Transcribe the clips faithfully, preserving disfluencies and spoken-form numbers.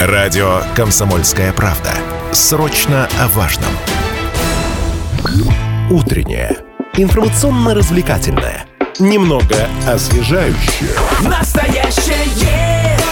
Радио «Комсомольская правда». Срочно о важном. Утреннее. Информационно-развлекательное. Немного освежающее. Настоящее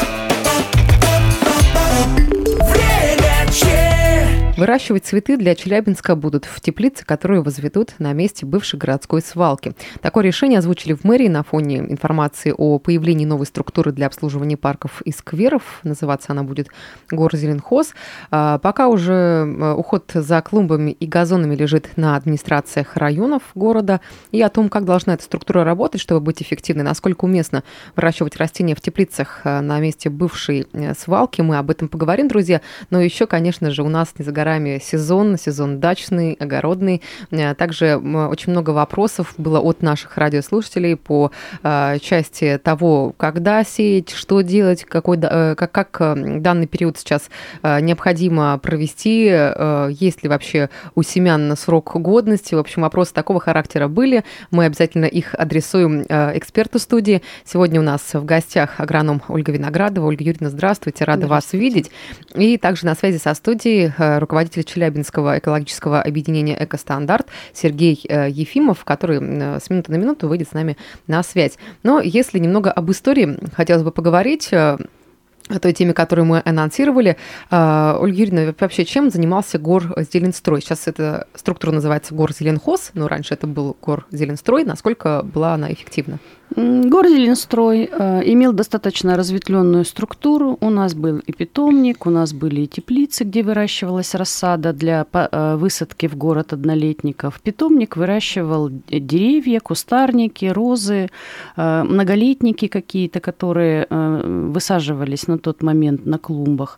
время че. Выращивать цветы для Челябинска будут в теплице, которую возведут на месте бывшей городской свалки. Такое решение озвучили в мэрии на фоне информации о появлении новой структуры для обслуживания парков и скверов. Называться она будет Горзеленхоз. Пока уже уход за клумбами и газонами лежит на администрациях районов города. И о том, как должна эта структура работать, чтобы быть эффективной, насколько уместно выращивать растения в теплицах на месте бывшей свалки, мы об этом поговорим, друзья. Но еще, конечно же, у нас не за горами сезон, сезон дачный, огородный. Также очень много вопросов было от наших радиослушателей по части того, когда сеять, что делать, какой, как, как данный период сейчас необходимо провести, есть ли вообще у семян срок годности. В общем, вопросы такого характера были. Мы обязательно их адресуем эксперту студии. Сегодня у нас в гостях агроном Ольга Виноградова. Ольга Юрьевна, здравствуйте, рада вас видеть. И также на связи со студией руководитель Челябинского экологического объединения «Экостандарт» Сергей Ефимов, который с минуты на минуту выйдет с нами на связь. Но если немного об истории хотелось бы поговорить, о той теме, которую мы анонсировали. Ольга Юрьевна, вообще чем занимался Горзеленстрой? Сейчас эта структура называется Горзеленхоз, но раньше это был Горзеленстрой. Насколько была она эффективна? Горзеленстрой э, имел достаточно разветвленную структуру. У нас был и питомник, у нас были и теплицы, где выращивалась рассада для э, высадки в город однолетников. Питомник выращивал деревья, кустарники, розы, э, многолетники какие-то, которые э, высаживались на тот момент на клумбах.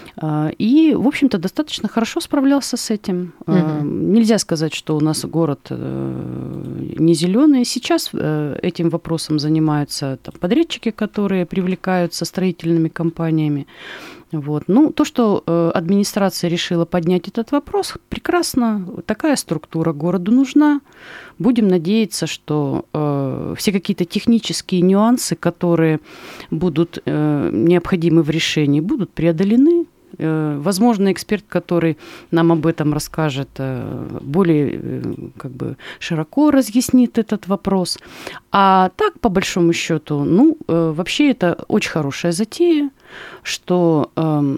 И, в общем-то, достаточно хорошо справлялся с этим. Mm-hmm. Нельзя сказать, что у нас город не зеленый. Сейчас этим вопросом занимаются там подрядчики, которые привлекаются строительными компаниями. Вот. Ну, то, что администрация решила поднять этот вопрос, прекрасно. Такая структура городу нужна. Будем надеяться, что э, все какие-то технические нюансы, которые будут э, необходимы в решении, будут преодолены. Возможно, эксперт, который нам об этом расскажет, более как бы широко разъяснит этот вопрос. А так, по большому счету, ну, вообще это очень хорошая затея, что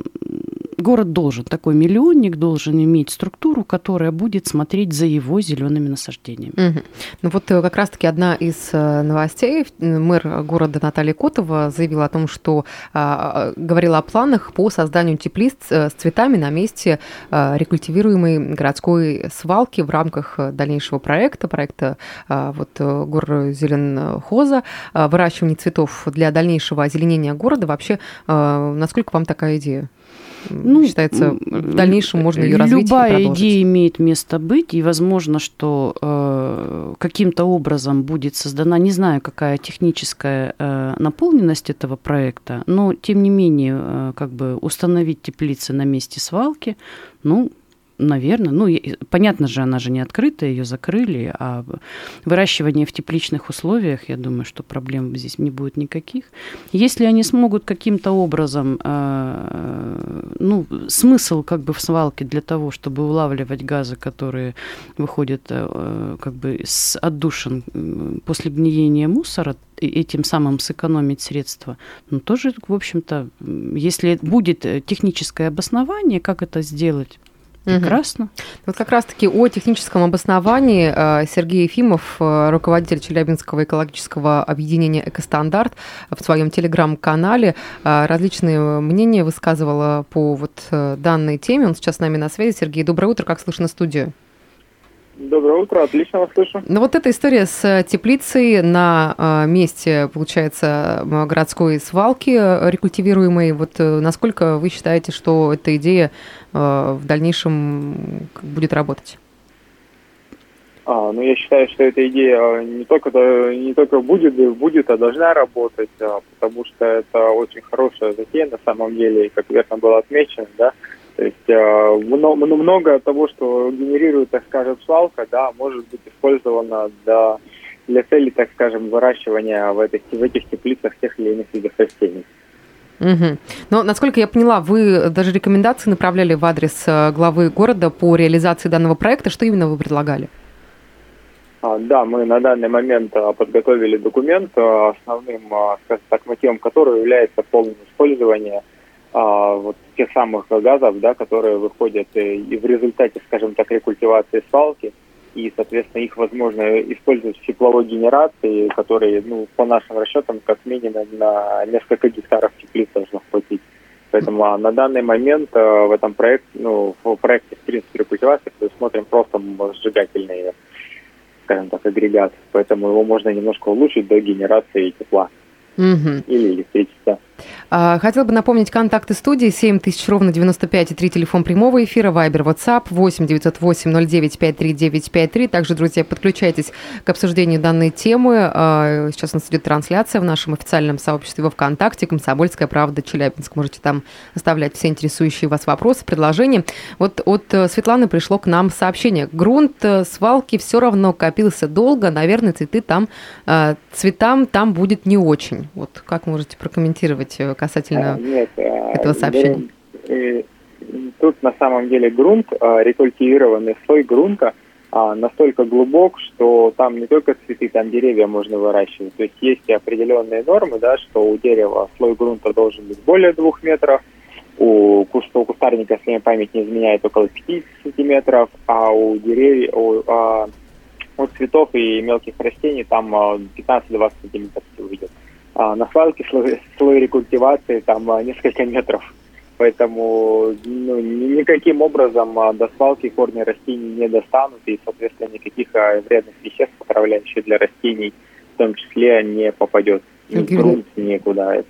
город должен, такой миллионник должен иметь структуру, которая будет смотреть за его зелеными насаждениями. Угу. Ну вот как раз-таки одна из новостей. Мэр города Наталья Котова заявила о том, что а, говорила о планах по созданию теплиц с цветами на месте а, рекультивируемой городской свалки в рамках дальнейшего проекта, проекта а, вот, Горзеленхоза, а, выращивания цветов для дальнейшего озеленения города. Вообще, а, насколько вам такая идея? Ну, считается, в дальнейшем можно ее развить и продолжить. Любая идея имеет место быть, и возможно, что э, каким-то образом будет создана, не знаю, какая техническая э, наполненность этого проекта, но, тем не менее, э, как бы установить теплицы на месте свалки, ну, наверное, ну, понятно же, она же не открыта, ее закрыли, а выращивание в тепличных условиях, я думаю, что проблем здесь не будет никаких. Если они смогут каким-то образом, э, ну, смысл как бы в свалке для того, чтобы улавливать газы, которые выходят э, как бы с отдушин после гниения мусора, и этим самым сэкономить средства, ну, тоже, в общем-то, если будет техническое обоснование, как это сделать, прекрасно. Угу. Вот как раз-таки о техническом обосновании Сергей Ефимов, руководитель Челябинского экологического объединения «Экостандарт», в своем телеграм-канале различные мнения высказывал по вот данной теме. Он сейчас с нами на связи. Сергей, доброе утро, как слышно студию? Доброе утро, отлично вас слышу. Ну вот эта история с теплицей на месте, получается, городской свалки рекультивируемой, вот насколько вы считаете, что эта идея в дальнейшем будет работать? А, ну я считаю, что эта идея не только, не только будет, будет, а должна работать, потому что это очень хорошая затея на самом деле, как верно было отмечено, да. То есть э, много, много того, что генерирует, так скажем, свалка, да, может быть использовано для, для цели, так скажем, выращивания в этих, в этих теплицах тех или иных видов растений. Угу. Но, насколько я поняла, вы даже рекомендации направляли в адрес главы города по реализации данного проекта. Что именно вы предлагали? Да, мы на данный момент подготовили документ, основным, скажем так, мотивом которого является полное использование вот тех самых газов, да, которые выходят и в результате, скажем так, рекультивации свалки, и, соответственно, их возможно использовать в тепловой генерации, которые, ну, по нашим расчетам, как минимум на несколько гектаров теплиц должно хватить. Поэтому а на данный момент а, в этом проекте, ну, в проекте, в принципе, рекультивации предусмотрен просто сжигательный, скажем так, агрегат. Поэтому его можно немножко улучшить до генерации тепла. Угу. Или электричества. Хотела бы напомнить контакты студии семь тысяч ровно девяносто пять и три телефон прямого эфира, Вайбер, WhatsApp восемь девятьсот восемь ноль девять пять три девять пять три. Также, друзья, подключайтесь к обсуждению данной темы. Сейчас у нас идет трансляция в нашем официальном сообществе во ВКонтакте «Комсомольская правда Челябинск». Можете там оставлять все интересующие вас вопросы, предложения. Вот от Светланы пришло к нам сообщение. Грунт свалки все равно копился долго. Наверное, цветы там, цветам там будет не очень. Вот как можете прокомментировать касательно Нет, этого сообщения? Тут на самом деле грунт, рекультивированный слой грунта, настолько глубок, что там не только цветы, там деревья можно выращивать. То есть есть определенные нормы, да, что у дерева слой грунта должен быть более двух метров, у, у кустарника, если мне память не изменяет, около пятьдесят сантиметров, а у деревьев, у, а, у цветов и мелких растений там пятнадцать-двадцать сантиметров выйдет. А на свалке слой, слой рекультивации там несколько метров, поэтому ну, никаким образом до свалки корни растений не достанут, и, соответственно, никаких вредных веществ, отравляющих для растений, в том числе, не попадет ни в грунт, никуда.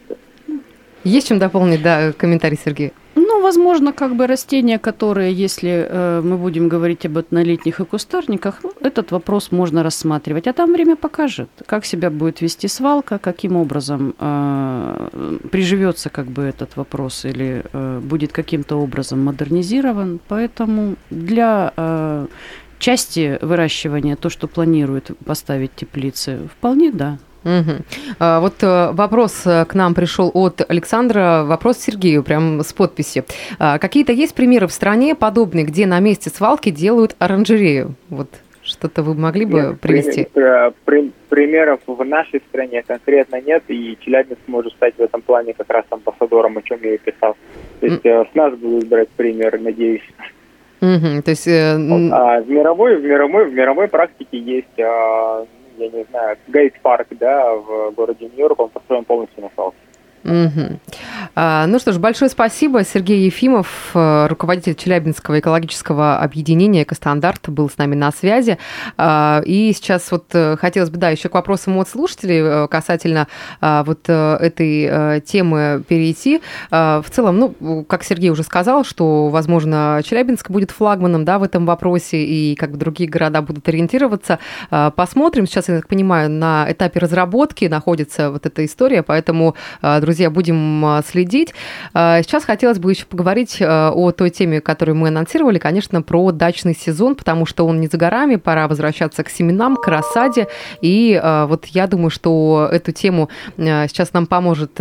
Есть чем дополнить, да, комментарий Сергея? Ну, возможно, как бы растения, которые, если э, мы будем говорить об однолетних и кустарниках, ну, этот вопрос можно рассматривать. А там время покажет, как себя будет вести свалка, каким образом э, приживется как бы этот вопрос или э, будет каким-то образом модернизирован. Поэтому для э, части выращивания, то, что планирует поставить теплицы, вполне да. Угу. А, вот вопрос к нам пришел от Александра, вопрос Сергею, прям с подписью. А, какие-то есть примеры в стране подобные, где на месте свалки делают оранжерею? Вот что-то вы могли бы нет, привести? При, при, примеров в нашей стране конкретно нет, и Челябинск может стать в этом плане как раз амбассадором, о чем я и писал. То есть mm. с нас будут брать пример, надеюсь. Mm-hmm. То есть, э... вот, а в мировой, в мировой, в мировой практике есть... А, я не знаю, Гейт-парк, да, в городе Нью-Йорк, он построен полностью на свалке. Угу. А, ну что ж, большое спасибо. Сергей Ефимов, руководитель Челябинского экологического объединения «Экостандарт», был с нами на связи. А, и сейчас вот хотелось бы, да, еще к вопросам от слушателей касательно а, вот этой а, темы перейти. А, в целом, ну, как Сергей уже сказал, что, возможно, Челябинск будет флагманом, да, в этом вопросе, и как бы другие города будут ориентироваться. А, посмотрим. Сейчас, я так понимаю, на этапе разработки находится вот эта история, поэтому, друзья, будем следить. Сейчас хотелось бы еще поговорить о той теме, которую мы анонсировали, конечно, про дачный сезон, потому что он не за горами, пора возвращаться к семенам, к рассаде. И вот я думаю, что эту тему сейчас нам поможет,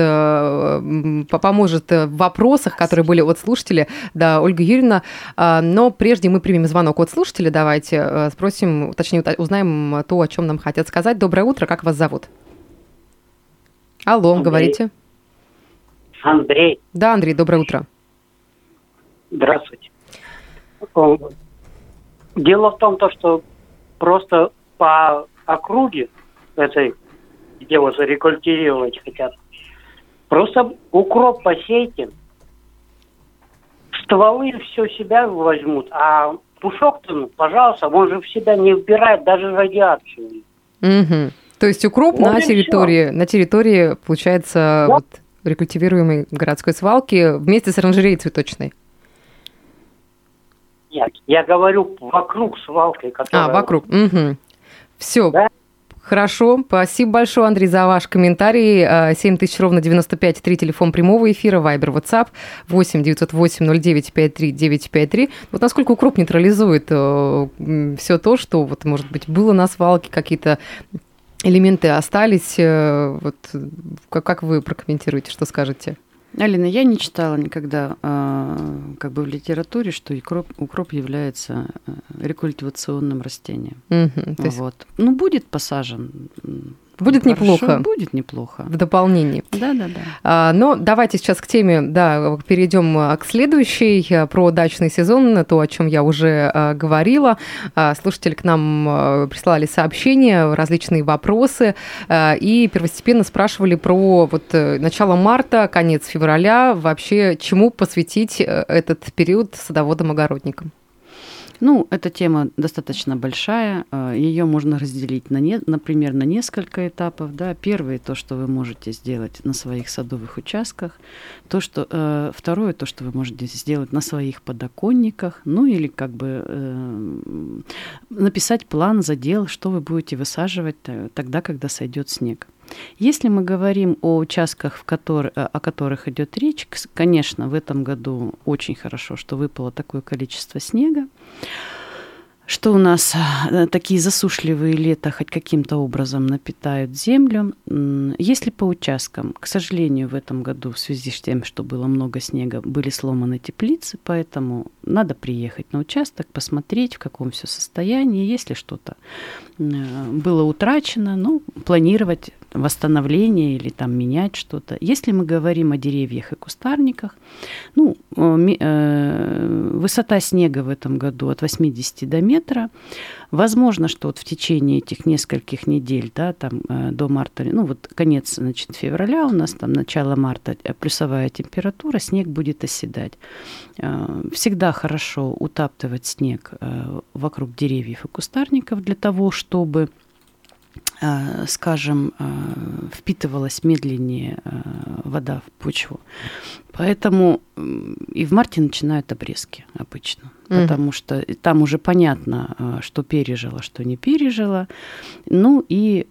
поможет в вопросах, которые были от слушателя, да, Ольга Юрьевна. Но прежде мы примем звонок от слушателя. Давайте спросим, точнее, узнаем то, о чем нам хотят сказать. Доброе утро, как вас зовут? Алло, Андрей. Говорите. Андрей. Да, Андрей, доброе утро. Здравствуйте. Дело в том, что просто по округе этой, где вот рекультивировать хотят, просто укроп посейте, стволы все себя возьмут, а пушок-то, ну, пожалуйста, он же в себя не вбирает даже радиацию. Угу. То есть укроп ну, на территории, все. на территории, получается, да. вот рекультивируемой городской свалки вместе с оранжереей цветочной. Нет, я говорю вокруг свалки. Которая... А, вокруг. Угу. Все. Да? Хорошо. Спасибо большое, Андрей, за ваш комментарий. семь тысяч ровно девяносто пять три телефон прямого эфира, Вайбер, WhatsApp восемь девятьсот восемь ноль девять пять три девять пять три. Вот насколько укроп нейтрализует э, все то, что, вот, может быть, было на свалке, какие-то элементы остались. Вот как, как вы прокомментируете, что скажете? Алина, я не читала никогда как бы в литературе, что укроп, укроп является рекультивационным растением. Угу, то есть... Вот. Ну, будет посажен. Будет Хорошо, неплохо. Будет неплохо. В дополнении. Да, да, да. А, но давайте сейчас к теме, да, перейдем к следующей, про дачный сезон, то, о чем я уже а, говорила. А, слушатели к нам а, прислали сообщения, различные вопросы, а, и первостепенно спрашивали про вот начало марта, конец февраля, вообще чему посвятить этот период садоводам-огородникам. Ну, эта тема достаточно большая. Ее можно разделить, на не, например, на несколько этапов. Да. Первый – то, что вы можете сделать на своих садовых участках. То, что, э, второе – то, что вы можете сделать на своих подоконниках. Ну, или как бы э, написать план, задел, что вы будете высаживать тогда, когда сойдет снег. Если мы говорим о участках, в котор... о которых идет речь, конечно, в этом году очень хорошо, что выпало такое количество снега, что у нас такие засушливые лета хоть каким-то образом напитают землю. Если по участкам, к сожалению, в этом году в связи с тем, что было много снега, были сломаны теплицы, поэтому надо приехать на участок, посмотреть, в каком все состоянии, если что-то было утрачено, ну, планировать восстановление или там менять что-то. Если мы говорим о деревьях и кустарниках, ну, высота снега в этом году от восьмидесяти до метра. Возможно, что вот в течение этих нескольких недель, да, там до марта, ну вот конец, значит, февраля у нас, там начало марта, плюсовая температура, снег будет оседать. Всегда хорошо утаптывать снег вокруг деревьев и кустарников для того, чтобы, скажем, впитывалась медленнее вода в почву. Поэтому и в марте начинают обрезки обычно, mm-hmm. потому что там уже понятно, что пережило, что не пережило. Ну и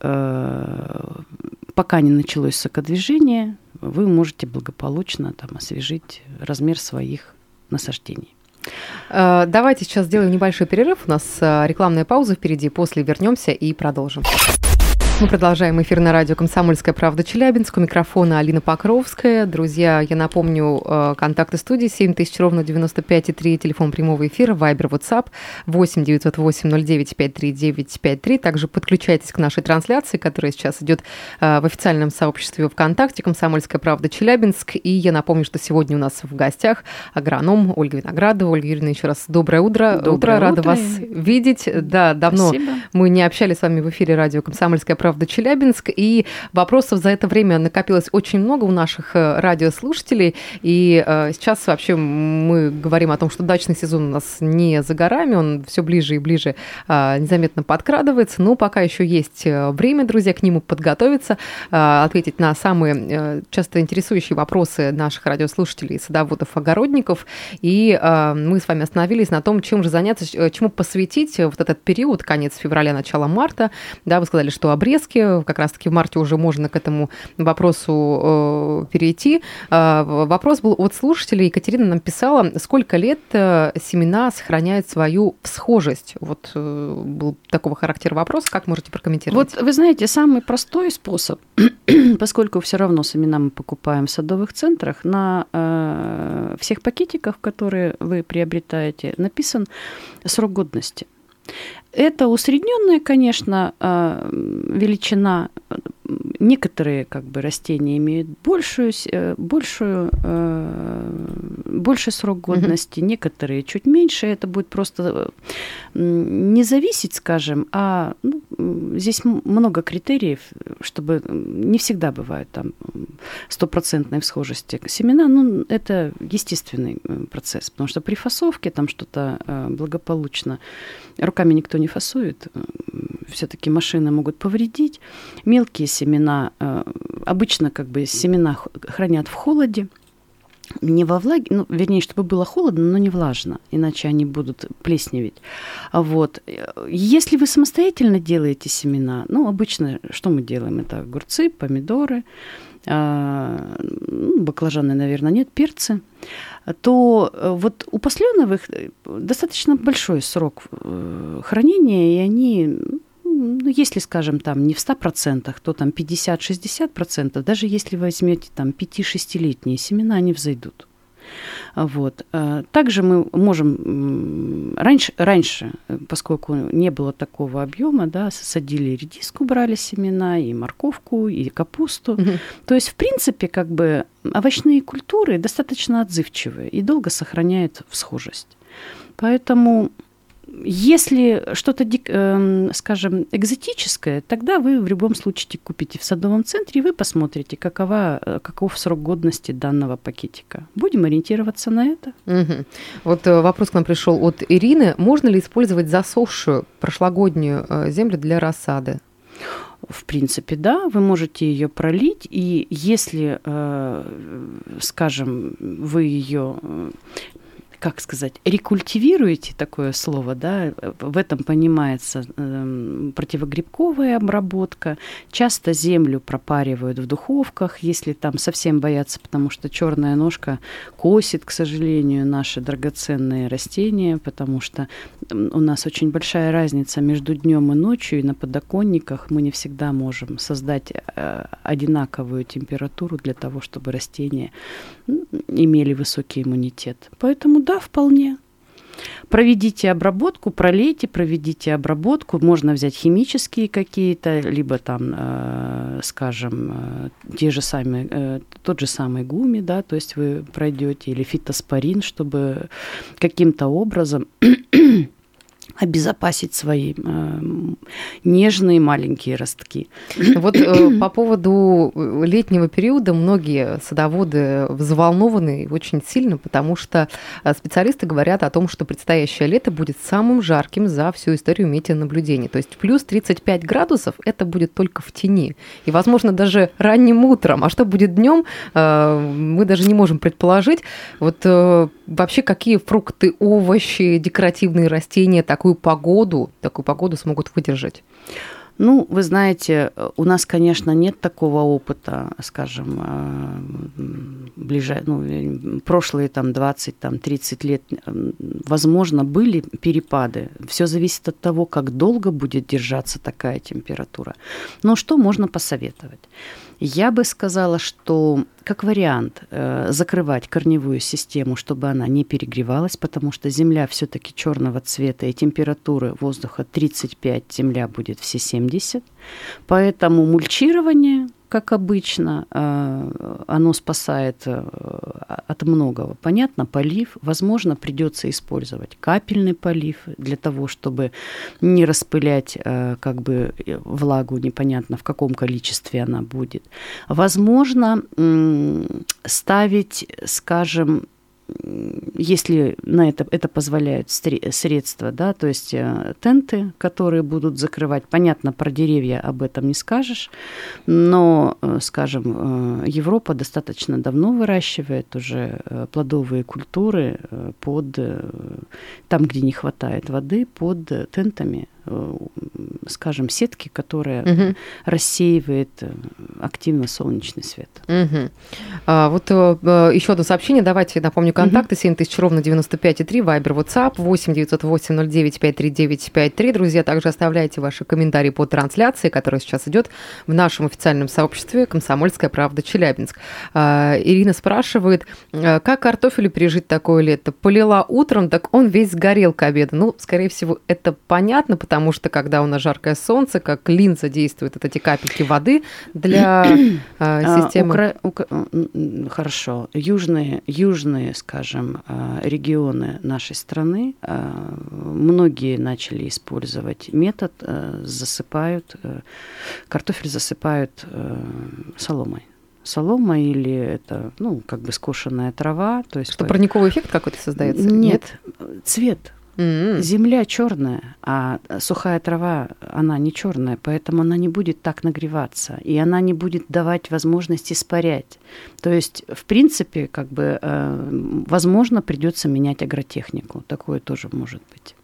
пока не началось сокодвижение, вы можете благополучно там освежить размер своих насаждений. Давайте сейчас сделаем небольшой перерыв. У нас рекламная пауза впереди. После вернемся и продолжим. Мы продолжаем эфир на радио «Комсомольская правда» Челябинск. У микрофона Алина Покровская. Друзья, я напомню, контакты студии семь тысяч ровно девяносто пять и три, телефон прямого эфира, Вайбер, WhatsApp восемь девятьсот восемь ноль девять пять три девять пять три. Также подключайтесь к нашей трансляции, которая сейчас идет в официальном сообществе ВКонтакте «Комсомольская правда» Челябинск. И я напомню, что сегодня у нас в гостях агроном Ольга Виноградова. Ольга Юрьевна, еще раз доброе утро. Доброе утро. утро. Рада вас видеть. Да, давно Спасибо. Мы не общались с вами в эфире радио «Комсомольская правда» Челябинск, и вопросов за это время накопилось очень много у наших радиослушателей, и э, сейчас вообще мы говорим о том, что дачный сезон у нас не за горами, он все ближе и ближе э, незаметно подкрадывается, но пока еще есть время, друзья, к нему подготовиться, э, ответить на самые э, часто интересующие вопросы наших радиослушателей, садоводов, огородников, и э, мы с вами остановились на том, чем же заняться, чему посвятить вот этот период, конец февраля, начало марта, да, вы сказали, что обрезки, как раз-таки в марте уже можно к этому вопросу э, перейти. Э, вопрос был от слушателей. Екатерина нам писала, сколько лет э, семена сохраняют свою всхожесть? Вот э, был такого характера вопрос. Как можете прокомментировать? Вот вы знаете, самый простой способ, поскольку все равно семена мы покупаем в садовых центрах, на э, всех пакетиках, которые вы приобретаете, написан срок годности. Это усредненная, конечно, величина. Некоторые как бы растения имеют большую, большую, больший срок годности, mm-hmm. некоторые чуть меньше. Это будет просто не зависеть, скажем, а ну, здесь много критериев, чтобы не всегда бывает там стопроцентной всхожести семена. Ну, это естественный процесс, потому что при фасовке там что-то благополучно руками никто не фасует, все-таки машины могут повредить. Мелкие семена, обычно как бы семена хранят в холоде, не во влаге, ну, вернее, чтобы было холодно, но не влажно, иначе они будут плесневеть. Вот. Если вы самостоятельно делаете семена, ну, обычно что мы делаем? Это огурцы, помидоры, баклажаны, наверное, нет, перцы, то вот у посленовых достаточно большой срок хранения, и они ну, если, скажем, там не в ста процентах, то там пятьдесят-шестьдесят процентов, даже если возьмете там пяти-шестилетние семена, они взойдут. Вот. Также мы можем раньше, раньше, поскольку не было такого объема, да, садили редиску, брали семена, и морковку, и капусту. Угу. То есть, в принципе, как бы овощные культуры достаточно отзывчивые и долго сохраняют всхожесть. Поэтому если что-то, скажем, экзотическое, тогда вы в любом случае купите в садовом центре, и вы посмотрите, какова, каков срок годности данного пакетика. Будем ориентироваться на это. Угу. Вот вопрос к нам пришел от Ирины. Можно ли использовать засохшую прошлогоднюю землю для рассады? В принципе, да, вы можете ее пролить, и если, скажем, вы ее... как сказать, рекультивируете, такое слово, да, в этом понимается э, противогрибковая обработка. Часто землю пропаривают в духовках, если там совсем боятся, потому что черная ножка косит, к сожалению, наши драгоценные растения, потому что у нас очень большая разница между днем и ночью, и на подоконниках мы не всегда можем создать э, одинаковую температуру для того, чтобы растения имели высокий иммунитет. Поэтому да, вполне. Проведите обработку, пролейте, проведите обработку. Можно взять химические какие-то, либо там, э, скажем, э, те же самые, э, тот же самый гуми, да, то есть вы пройдете, или фитоспорин, чтобы каким-то образом обезопасить свои э, нежные маленькие ростки. Вот э, по поводу летнего периода многие садоводы взволнованы очень сильно, потому что специалисты говорят о том, что предстоящее лето будет самым жарким за всю историю метеонаблюдений. То есть плюс тридцать пять градусов это будет только в тени. И, возможно, даже ранним утром. А что будет днем, э, мы даже не можем предположить. Вот э, вообще какие фрукты, овощи, декоративные растения такую погоду, такую погоду смогут выдержать? Ну, вы знаете, у нас, конечно, нет такого опыта, скажем, ближе, ну, прошлые там двадцать-тридцать лет, возможно, были перепады. Все зависит от того, как долго будет держаться такая температура. Но что можно посоветовать? Я бы сказала, что как вариант э, закрывать корневую систему, чтобы она не перегревалась, потому что земля все-таки черного цвета и температуры воздуха тридцать пять, земля будет все семьдесят. Поэтому мульчирование, как обычно, э, оно спасает э, от многого. Понятно, полив. Возможно, придется использовать капельный полив для того, чтобы не распылять э, как бы влагу, непонятно в каком количестве она будет. Возможно, ставить, скажем, если на это, это позволяют средства, да, то есть тенты, которые будут закрывать. Понятно, про деревья об этом не скажешь, но, скажем, Европа достаточно давно выращивает уже плодовые культуры под, там, где не хватает воды, под тентами, скажем, сетки, которая угу. рассеивает активно солнечный свет. Угу. А, вот а, еще одно сообщение. Давайте напомню контакты. семь тысяч ровно девяносто пять и три. Вайбер, WhatsApp восемь девятьсот восемь ноль девять пять три девять пять три. Друзья, также оставляйте ваши комментарии по трансляции, которая сейчас идет в нашем официальном сообществе «Комсомольская правда. Челябинск». А, Ирина спрашивает, как картофелю пережить такое лето? Полила утром, так он весь сгорел к обеду. Ну, скорее всего, это понятно, потому Потому что, когда у нас жаркое солнце, как линза действует, вот эти капельки воды для э, системы. Укра... Укра... Хорошо. Южные, южные, скажем, регионы нашей страны, многие начали использовать метод, засыпают, картофель засыпают соломой. Солома или это, ну, как бы скошенная трава. То есть что, парниковый эффект какой-то создается? Нет, Нет? цвет. Mm-hmm. Земля черная, а сухая трава, она не черная, поэтому она не будет так нагреваться, и она не будет давать возможность испарять. То есть, в принципе, как бы, э, возможно, придется менять агротехнику. Такое тоже может быть.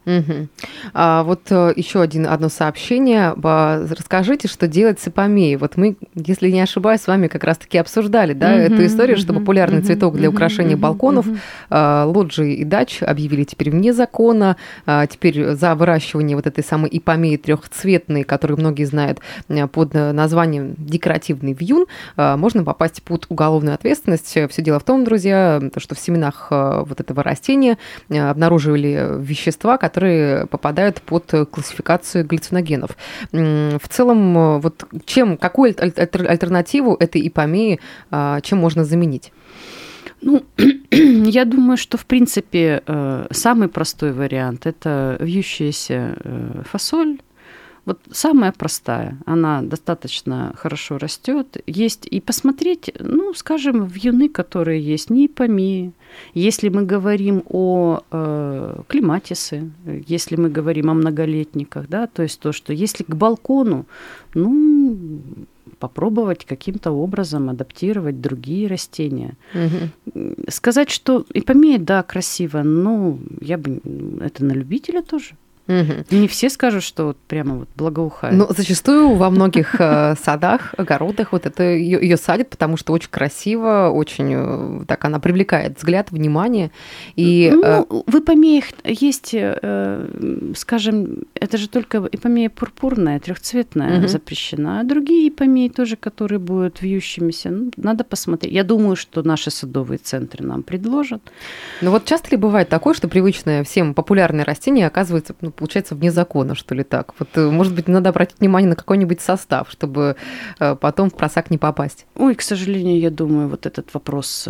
Угу. А вот еще один, одно сообщение. Расскажите, что делать с ипомеей. Вот мы, если не ошибаюсь, с вами как раз-таки обсуждали, да, uh-huh, эту историю, uh-huh, что популярный uh-huh, цветок для украшения uh-huh, балконов, uh-huh. лоджии и дач объявили теперь вне закона. Теперь за выращивание вот этой самой ипомеи трехцветной, которую многие знают под названием декоративный вьюн, можно попасть под уголовную ответственность. Все дело в том, друзья, что в семенах вот этого растения обнаруживали вещества, которые которые попадают под классификацию галлюциногенов. В целом, вот чем, какую альтернативу этой ипомеи, чем можно заменить? Ну, я думаю, что, в принципе, самый простой вариант – это вьющаяся фасоль. Вот самая простая, она достаточно хорошо растет. Есть и посмотреть, ну, скажем, вьюны, которые есть, не ипомеи. Если мы говорим о э, клематисе, если мы говорим о многолетниках, да, то есть то, что если к балкону, ну, попробовать каким-то образом адаптировать другие растения. Угу. Сказать, что ипомея, да, красиво, но я бы это на любителя тоже. Угу. Не все скажут, что вот прямо вот благоухает. Но зачастую во многих садах, огородах вот это ее садят, потому что очень красиво, очень так она привлекает взгляд, внимание. И, ну, в ипомеях есть, скажем, это же только ипомея пурпурная, трехцветная угу. запрещена, а другие ипомеи тоже, которые будут вьющимися, ну, надо посмотреть. Я думаю, что наши садовые центры нам предложат. Но вот часто ли бывает такое, что привычное всем популярное растение оказывается, ну, получается, вне закона, что ли, так? Вот, может быть, надо обратить внимание на какой-нибудь состав, чтобы потом в просак не попасть. Ой, к сожалению, я думаю, вот этот вопрос...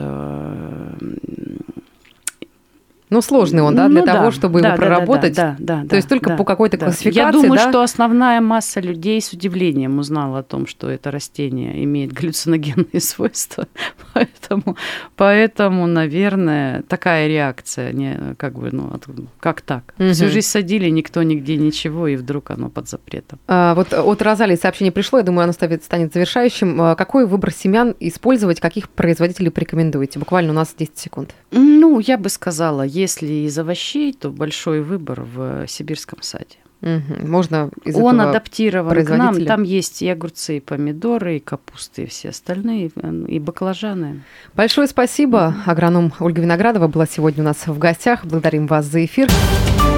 Ну, сложный он, да, для ну, того, да, чтобы да, его да, проработать. Да, да, да, То да, есть только да, по какой-то да. классификации, Я думаю, да? что основная масса людей с удивлением узнала о том, что это растение имеет галлюциногенные свойства. Поэтому, поэтому, наверное, такая реакция, не, как бы, ну, как так? Угу. Всю жизнь садили, никто нигде ничего, и вдруг оно под запретом. А, вот от Розалии сообщение пришло, я думаю, оно станет, станет завершающим. Какой выбор семян использовать, каких производителей порекомендуете? Буквально у нас десять секунд. Ну, я бы сказала, если из овощей, то большой выбор в сибирском саде. Угу. Можно из Он этого адаптирован к нам. Там есть и огурцы, и помидоры, и капусты, и все остальные, и баклажаны. Большое спасибо. Агроном Ольга Виноградова была сегодня у нас в гостях. Благодарим вас за эфир.